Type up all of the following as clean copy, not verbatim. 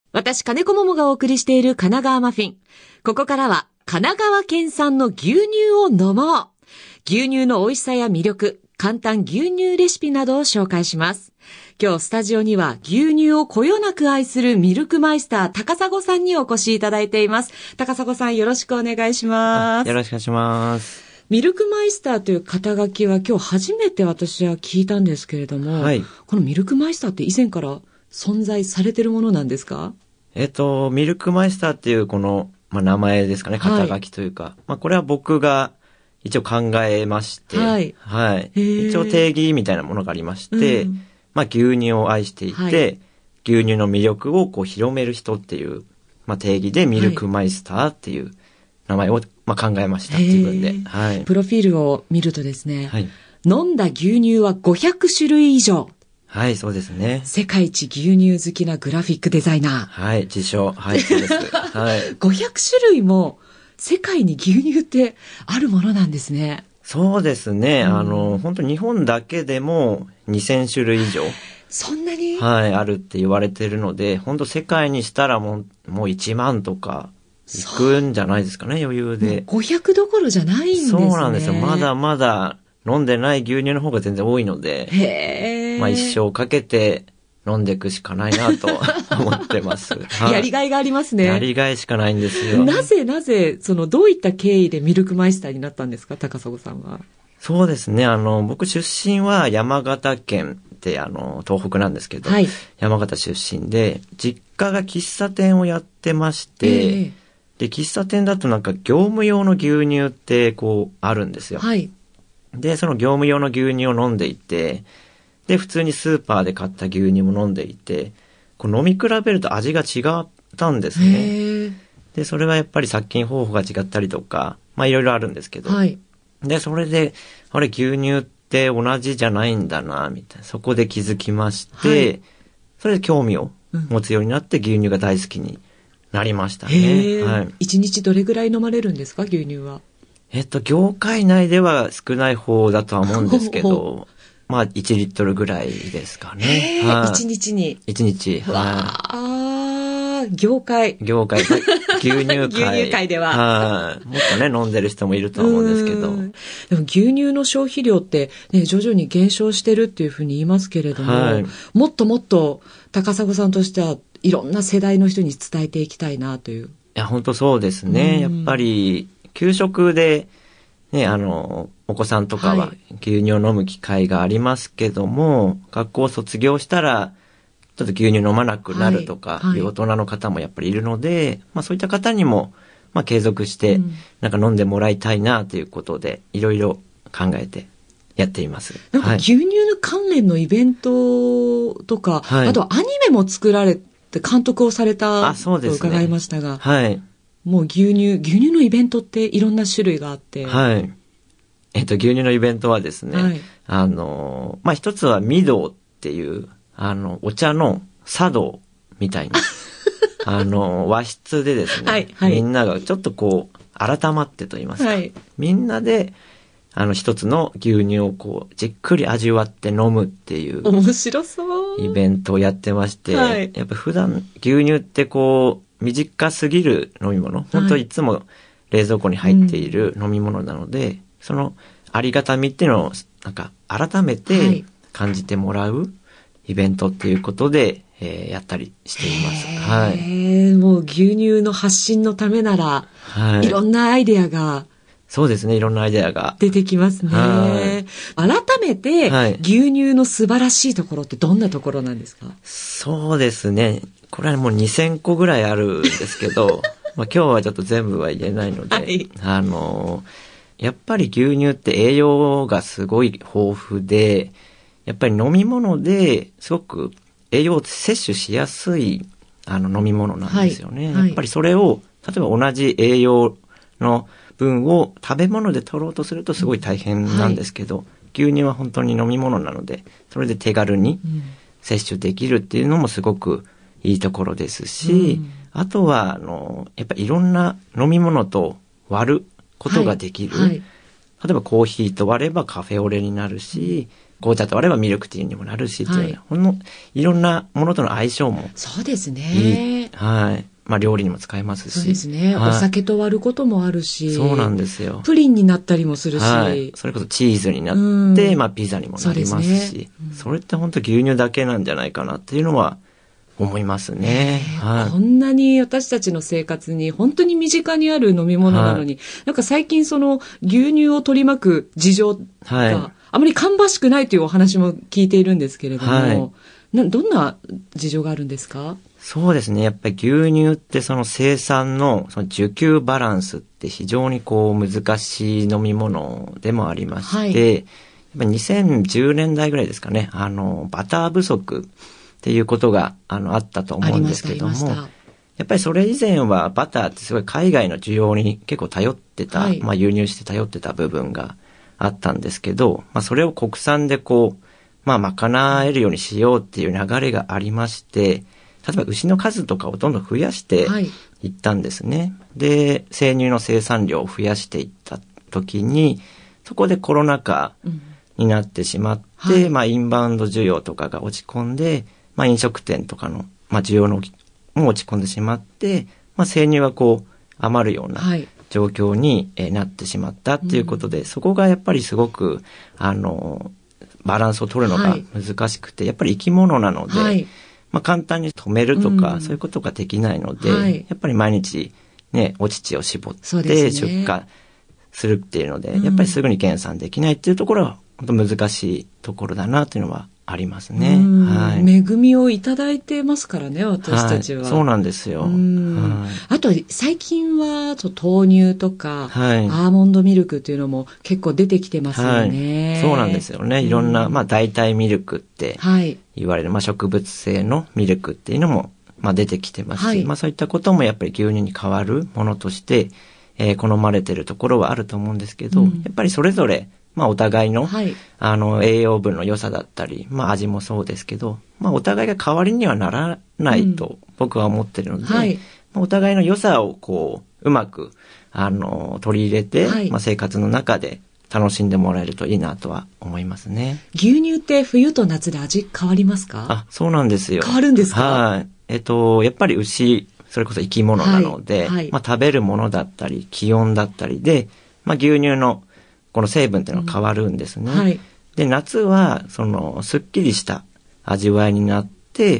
私、金子桃がお送りしている神奈川マフィン。ここからは神奈川県産の牛乳を飲もう。牛乳の美味しさや魅力、簡単牛乳レシピなどを紹介します。今日スタジオには牛乳をこよなく愛するミルクマイスター高砂さんにお越しいただいています。高砂さん、よろしくお願いします。 よろしくお願いします。 ミルクマイスターという肩書きは今日初めて私は聞いたんですけれども、はい、このミルクマイスターって以前から存在されてるものなんですか？ ミルクマイスターっていうこの、名前ですかね、肩書きというか、はい、これは僕が一応考えまして、はい。はい。一応定義みたいなものがありまして、牛乳を愛していて、はい、牛乳の魅力をこう広める人っていう、定義でミルクマイスターっていう名前を、考えました、自分で。はい。 プロフィールを見るとですね、はい、飲んだ牛乳は500種類以上。 はい、そうですね。 世界一牛乳好きなグラフィックデザイナー。 はい、自称。はい、そうです。はい。 500種類も世界に牛乳ってあるものなんですね。 そうですね。本当日本だけでも2000種類以上。 そんなに？ はい、あるって言われてるので、本当世界にしたらもう1万とかいくんじゃないですかね、余裕で。 500どころじゃないんですね。 そうなんですよ。まだまだ飲んでない牛乳の方が全然多いので。 へー。 一生かけて飲んでいくしかないなと思ってます。 はい、やりがいがありますね。 やりがいしかないんですよ。 なぜ、どういった経緯でミルクマイスターになったんですか、高砂さんは。 そうですね。僕出身は山形県って東北なんですけど、はい、山形出身で、実家が喫茶店をやってまして、で、喫茶店だと業務用の牛乳ってあるんですよ。はい。で、その業務用の牛乳を飲んでいて、で、普通にスーパーで買った牛乳も飲んでいて、飲み比べると味が違ったんですね。で、それはやっぱり殺菌方法が違ったりとか、いろいろあるんですけど。はい。で、それで、牛乳って同じじゃないんだな、みたいな。そこで気づきまして、はい、それで興味を持つようになって牛乳が大好きになりましたね。はい。 1日どれぐらい飲まれるんですか、牛乳は。 業界内では少ない方だとは思うんですけど、1リットルぐらいですかね。 はい、1日に。 1日。 はい。業界。 牛乳界。 牛乳界では。 はい。もっとね、飲んでる人もいると思うんですけど。 でも牛乳の消費量ってね、徐々に減少してるっていうふうに言いますけれども、はい、もっともっと高砂さんとしてはいろんな世代の人に伝えていきたいなという。いや、本当そうですね。やっぱり、給食で、ね、お子さんとかは牛乳を飲む機会がありますけども、学校を卒業したら、ちょっと牛乳飲まなくなるとか、いう大人の方もやっぱりいるので、そういった方にも、継続して、飲んでもらいたいなということで、いろいろ考えてやっています。 牛乳の関連のイベントとか、あとアニメも作られて監督をされたと伺いましたが、 はい。 もう牛乳のイベントっていろんな種類があって。 はい。牛乳のイベントはですね、はい、一つは御堂っていう、お茶の茶道みたいな、和室でですね、はいはい、みんながちょっと改まってと言いますか、はい、みんなで、一つの牛乳をじっくり味わって飲むっていう。 面白そう。 イベントをやってまして、はい、やっぱ普段牛乳って短すぎる飲み物、本当いつも冷蔵庫に入っている飲み物なので、そのありがたみっていうのを改めて感じてもらうイベントっていうことで、やったりしています。はい。 もう牛乳の発信のためなら、はい、いろんなアイデアが。 そうですね、いろんなアイデアが出てきますね。はい、改めて、はい、牛乳の素晴らしいところってどんなところなんですか？ そうですね。これはもう2000個ぐらいあるんですけど、今日はちょっと全部は言えないので、はい、やっぱり牛乳って栄養がすごい豊富で、やっぱり飲み物ですごく栄養を摂取しやすい飲み物なんですよね。はいはい、やっぱりそれを、例えば同じ栄養の分を食べ物で取ろうとするとすごい大変なんですけど、はい、牛乳は本当に飲み物なので、それで手軽に摂取できるっていうのもすごくいいところですし、あとはやっぱりいろんな飲み物と割ることができる。はいはい、例えばコーヒーと割ればカフェオレになるし、 紅茶と割ればミルクティーにもなるしっていう、いろんなものとの相性もそうですね。 はい。まあ料理にも使えますし。 そうですね。お酒と割ることもあるし。 そうなんですよ。 プリンになったりもするし。 はい。それこそチーズになって、まあピザにもなりますし。それって本当牛乳だけなんじゃないかなっていうのは思いますね。 こんなに私たちの生活に本当に身近にある飲み物なのに、なんか最近その牛乳を取り巻く事情があまり芳しくないというお話も聞いているんですけれども、どんな事情があるんですか？ そうですね。やっぱり牛乳ってその生産のその需給バランスって非常にこう難しい飲み物でもありまして、やっぱ2010年代ぐらいですかね、バター不足っていうことがあったと思うんですけども、やっぱりそれ以前はバターってすごい海外の需要に結構頼ってた、まあ輸入して頼ってた部分があったんですけど、まあそれを国産でこう、まあ賄えるようにしようっていう流れがありまして、例えば牛の数とかをどんどん増やしていったんですね。で、生乳の生産量を増やしていった時に、そこでコロナ禍になってしまって、まあインバウンド需要とかが落ち込んで、まあ飲食店とかの、まあ需要のも落ち込んでしまって、まあ生乳がこう余るような状況になってしまったっていうことで、そこがやっぱりすごく、バランスを取るのが難しくて、やっぱり生き物なので、まあ簡単に止めるとか、そういうことができないので、やっぱり毎日ね、お乳を絞って出荷するっていうので、やっぱりすぐに減産できないっていうところは、本当難しいところだなっていうのはありますね。 恵みをいただいてますからね、私たちは。 そうなんですよ。 あと、最近は豆乳とか、アーモンドミルクっていうのも結構出てきてますよね。 そうなんですよね。いろんな、まあ代替ミルクって言われる、まあ植物性のミルクっていうのも、まあ出てきてますし、まあそういったこともやっぱり牛乳に代わるものとして、好まれてるところはあると思うんですけど、やっぱりそれぞれ、まあお互いの、栄養分の良さだったり、まあ味もそうですけど、まあお互いが代わりにはならないと僕は思ってるので、まあ、お互いの良さをこう、うまく、取り入れて、まあ生活の中で楽しんでもらえるといいなとは思いますね。 牛乳って冬と夏で味変わりますか？ あ、そうなんですよ。 変わるんですか？ はい。やっぱり牛、それこそ生き物なので、まあ食べるものだったり、気温だったりで、まあ牛乳のこの成分っていうのは変わるんですね。で、夏は、すっきりした味わいになって、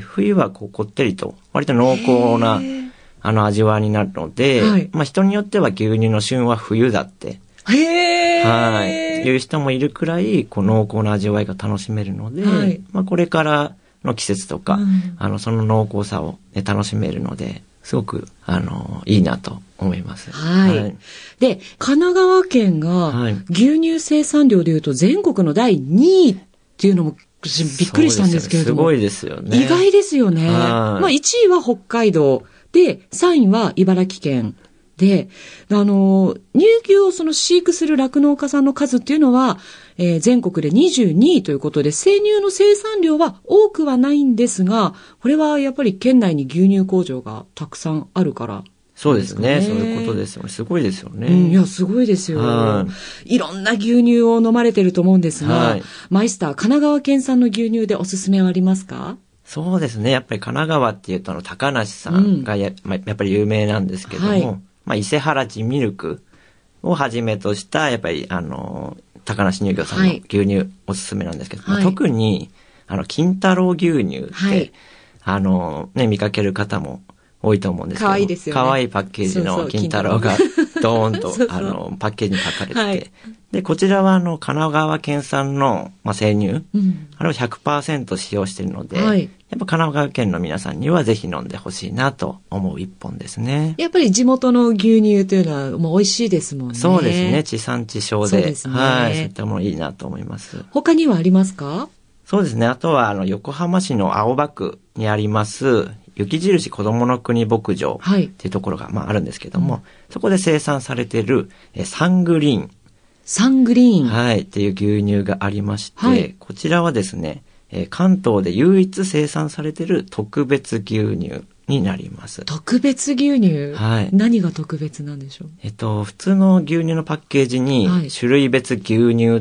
冬はこってりと、割と濃厚な、味わいになるので、まあ人によっては牛乳の旬は冬だって、いう人もいるくらい、濃厚な味わいが楽しめるので、まあこれからの季節とか、その濃厚さを、ね、楽しめるので、すごく、いいなと思います。 で、神奈川県が牛乳生産量でいうと全国の第2位っていうのもびっくりしたんですけれども。 すごいですよね。 意外ですよね。まあ1位は北海道で、3位は茨城県で、乳牛を飼育する酪農家さんの数っていうのは、全国で22位ということで、生乳の生産量は多くはないんですが、これはやっぱり県内に牛乳工場がたくさんあるから、 そうですね。そういうことですよね。すごいですよね。 いや、すごいですよ。いろんな牛乳を飲まれてると思うんですが、マイスター、神奈川県産の牛乳でおすすめはありますか？ そうですね。やっぱり神奈川っていうと高梨さんがやっぱり有名なんですけども、まあ、伊勢原地ミルクをはじめとした、やっぱり高梨乳業さんの牛乳おすすめなんですけど、まあ、特に金太郎牛乳って、ね、見かける方も多いと思うんですけど、 可愛いですよね。 可愛いパッケージの金太郎がドーンとパッケージに書かれてて、で、こちらは神奈川県産の、まあ、生乳、あれを 100% 使用しているので、やっぱ神奈川県の皆さんにはぜひ飲んでほしいなと思う一本ですね。 やっぱり地元の牛乳というのはもう美味しいですもんね。 そうですね。地産地消で。そうですね。そういったものいいなと思います。 他にはありますか？ そうですね。あとは横浜市の青葉区にあります、雪印子どもの国牧場っていうところが、まあ、あるんですけども、そこで生産されているサングリーン。 サングリーン。 はい。っていう牛乳がありまして、こちらはですね、関東で唯一生産されている特別牛乳になります。 特別牛乳？はい。何が特別なんでしょう？ 普通の牛乳のパッケージに、種類別牛乳って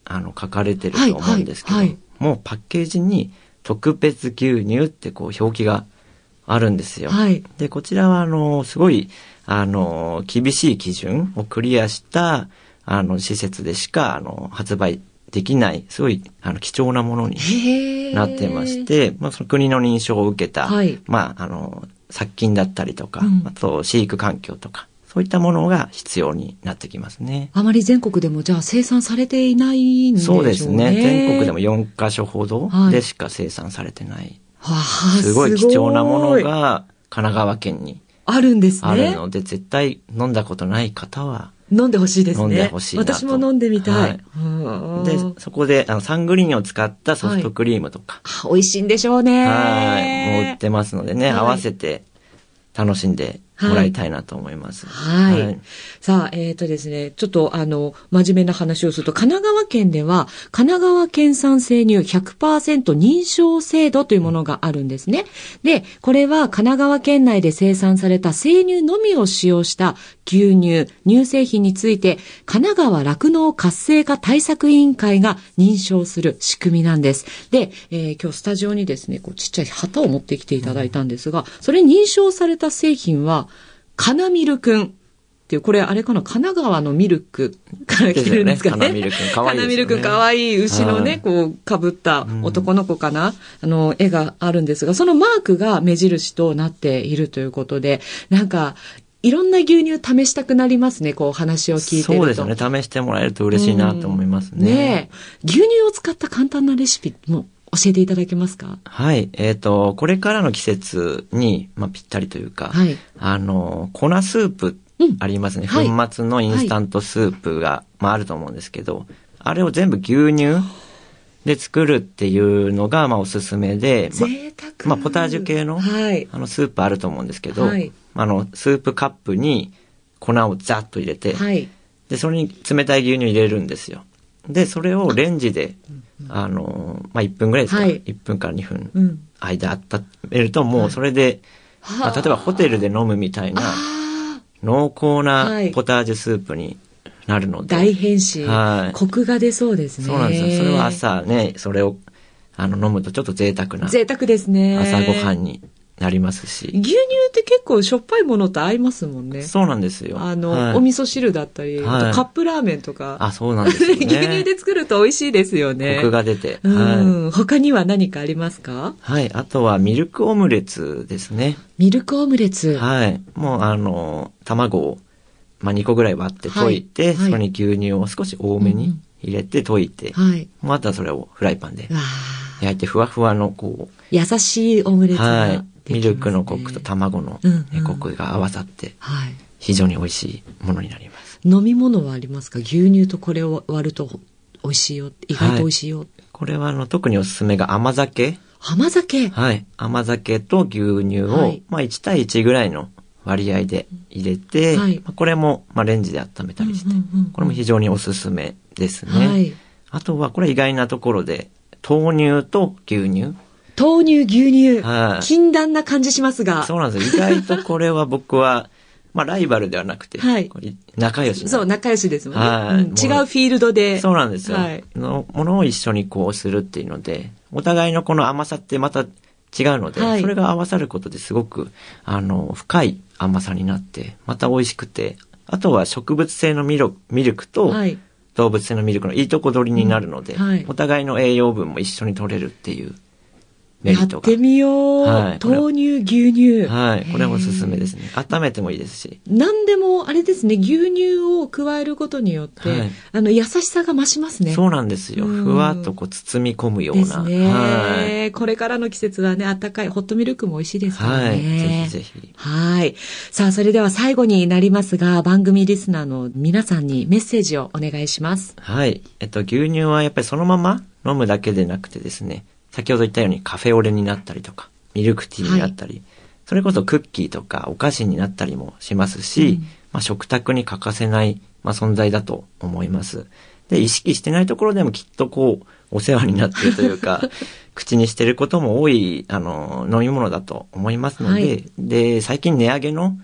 書かれてると思うんですけど、もうパッケージに特別牛乳ってこう表記があるんですよ。で、こちらはすごい、厳しい基準をクリアした、施設でしか、発売できない、すごい、貴重なものになってまして、まあ、その国の認証を受けた、まあ、殺菌だったりとか、あと、飼育環境とか、そういったものが必要になってきますね。 あまり全国でもじゃあ生産されていないんでしょうね。 そうですね。全国でも4カ所ほどでしか生産されてない。すごい貴重なものが神奈川県にあるんですね。 あるので、絶対飲んだことない方は飲んでほしいですね。 飲んでほしいなと。 私も飲んでみたい。 で、そこでサングリーンを使ったソフトクリームとか。 美味しいんでしょうね。 もう売ってますのでね、合わせて楽しんでもらいたいなと思います。 さあ、ですね、ちょっと真面目な話をすると、神奈川県では、神奈川県産生乳 100% 認証制度というものがあるんですね。で、これは神奈川県内で生産された生乳のみを使用した牛乳、乳製品について、神奈川酪農活性化対策委員会が認証する仕組みなんです。で、今日スタジオにですね、こうちっちゃい旗を持ってきていただいたんですが、それ認証された製品は、カナミルくんっていう、これあれかな、神奈川のミルクから来てるんですかね。 カナミルくんかわいいですよね。カナミルくんかわいい牛のね、こう被った男の子かな、絵があるんですが、そのマークが目印となっているということで、なんか、いろんな牛乳試したくなりますね、こう話を聞いてると。 そうですね、試してもらえると嬉しいなと思いますね。 ねえ。牛乳を使った簡単なレシピも教えていただけますか？ はい。これからの季節に、まあ、ぴったりというか、粉スープありますね。粉末のインスタントスープが、まあ、あると思うんですけど、あれを全部牛乳で作るっていうのが、まあ、おすすめで、 贅沢。 まあ、ポタージュ系の、スープあると思うんですけど、スープカップに粉をザッと入れて、で、それに冷たい牛乳入れるんですよ。で、それをレンジで、まあ、1分ぐらいですか、1分から2分間温めると、もうそれで、まあ、例えばホテルで飲むみたいな、濃厚なポタージュスープになるので。 大変身。コクが出そうですね。 そうなんですよ。それは朝ね、それを、飲むとちょっと贅沢な。 贅沢ですね。 朝ごはんになりますし。 牛乳って結構しょっぱいものと合いますもんね。 そうなんですよ。 お味噌汁だったり、カップラーメンとか。 そうなんですよね。 牛乳で作ると美味しいですよね。 コクが出て。 他には何かありますか？ あとはミルクオムレツですね。 ミルクオムレツ。 もう卵を、まあ、2個ぐらい割って溶いて、そこに牛乳を少し多めに入れて溶いて、あとはそれをフライパンで焼いてふわふわのこう。 優しいオムレツができますね。 ミルクのコクと卵のコクが合わさって、非常に美味しいものになります。 飲み物はありますか？牛乳とこれを割ると美味しいよ。意外と美味しいよ。 これは特におすすめが甘酒。 甘酒？ 甘酒と牛乳を、まあ1対1ぐらいの割合で入れて、これも、まあ、レンジで温めたりして、これも非常におすすめですね。あとはこれ意外なところで、豆乳と牛乳。 豆乳、牛乳。禁断な感じしますが。 そうなんですよ。意外とこれは僕は、まあライバルではなくて、仲良し。 そう、仲良しですもんね。違うフィールドで。 そうなんですよ。のものを一緒にこうするっていうので、お互いのこの甘さってまた違うので、それが合わさることですごく、深い甘さになって、また美味しくて、あとは植物性のミルクと、動物性のミルクのいいとこ取りになるので、お互いの栄養分も一緒に取れるっていうメリットが。 やってみよう。豆乳、牛乳。 これおすすめですね。温めてもいいですし。 何でも、あれですね、牛乳を加えることによって、優しさが増しますね。 そうなんですよ。ふわっとこう包み込むような。 ですね。これからの季節はね、温かいホットミルクも美味しいですからね。 ぜひぜひ。 さあ、それでは最後になりますが、番組リスナーの皆さんにメッセージをお願いします。 牛乳はやっぱりそのまま飲むだけでなくてですね、先ほど言ったようにカフェオレになったりとか、ミルクティーになったり、それこそクッキーとかお菓子になったりもしますし、まあ、食卓に欠かせない、まあ、存在だと思います。で、意識してないところでもきっとこう、お世話になっているというか、口にしていることも多い、飲み物だと思いますので、で、最近値上げに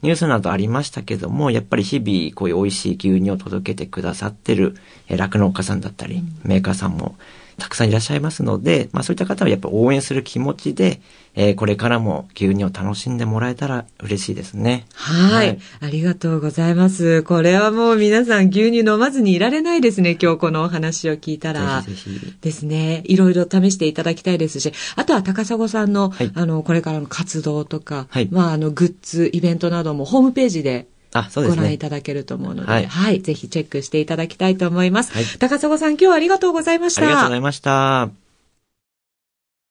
ニュースなどありましたけども、やっぱり日々こういう美味しい牛乳を届けてくださってる酪農家さんだったり、メーカーさんもたくさんいらっしゃいますので、そういった方はやっぱ応援する気持ちで、これからも牛乳を楽しんでもらえたら嬉しいですね。 はい。ありがとうございます。これはもう皆さん牛乳飲まずにいられないですね。今日このお話を聞いたら。 ぜひぜひですね。いろいろ試していただきたいですし、あとは高砂さんの、これからの活動とか、グッズ、イベントなどもホームページでご覧いただけると思うので、ぜひチェックしていただきたいと思います。高砂さん、今日はありがとうございました。 ありがとうございました。